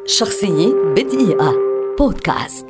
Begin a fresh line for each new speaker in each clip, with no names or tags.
شخصية بدقيقة بودكاست.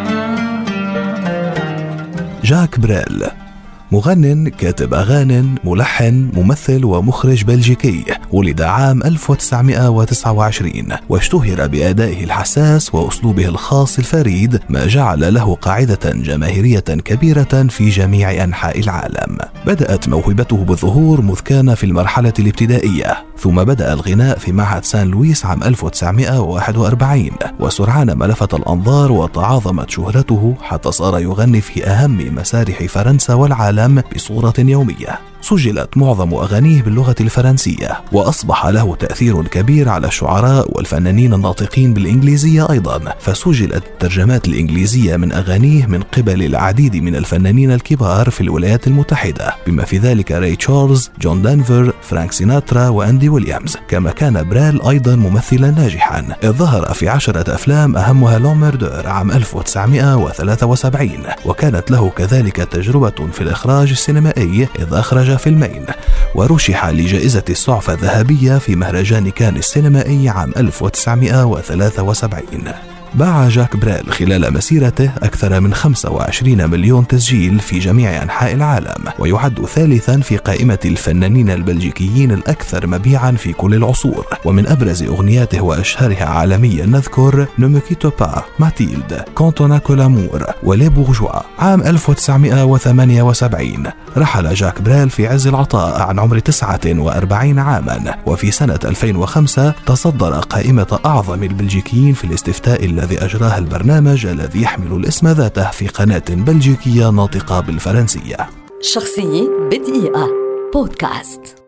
جاك بريل مغنٍ، كاتب أغاني، ملحن، ممثل ومخرج بلجيكي. ولد عام 1929 واشتهر بأدائه الحساس وأسلوبه الخاص الفريد، ما جعل له قاعدة جماهيرية كبيرة في جميع أنحاء العالم. بدأت موهبته بالظهور مذ كان في المرحلة الابتدائية، ثم بدأ الغناء في معهد سان لويس عام 1941، وسرعان ما لفت الأنظار وتعاظمت شهرته حتى صار يغني في أهم مسارح فرنسا والعالم بصورة يومية. سجلت معظم أغانيه باللغة الفرنسية، وأصبح له تأثير كبير على الشعراء والفنانين الناطقين بالإنجليزية أيضا، فسجلت الترجمات الإنجليزية من أغانيه من قبل العديد من الفنانين الكبار في الولايات المتحدة، بما في ذلك راي تشارلز، جون دانفر، فرانك سيناترا وأندي ويليامز. كما كان بريل أيضا ممثلا ناجحا، إذ ظهر في 10 أفلام أهمها لوميردور عام 1973، وكانت له كذلك تجربة في الإخراج السينمائي إذ أخرج فيلمين، ورشح لجائزة السعفة الذهبية في مهرجان كان السينمائي عام 1973. باع جاك بريل خلال مسيرته أكثر من 25 مليون تسجيل في جميع أنحاء العالم، ويعد ثالثا في قائمة الفنانين البلجيكيين الأكثر مبيعا في كل العصور. ومن أبرز أغنياته وأشهرها عالميا نذكر نمكيتو با، ماتيلد، كونتونا كولامور، ولي بورجوا. عام 1978 رحل جاك بريل في عز العطاء عن عمر 49 عاما، وفي سنة 2005 تصدر قائمة أعظم البلجيكيين في الاستفتاء الذي أجراه البرنامج الذي يحمل الاسم ذاته في قناة بلجيكية ناطقة بالفرنسية.
شخصية بدقيقة بودكاست.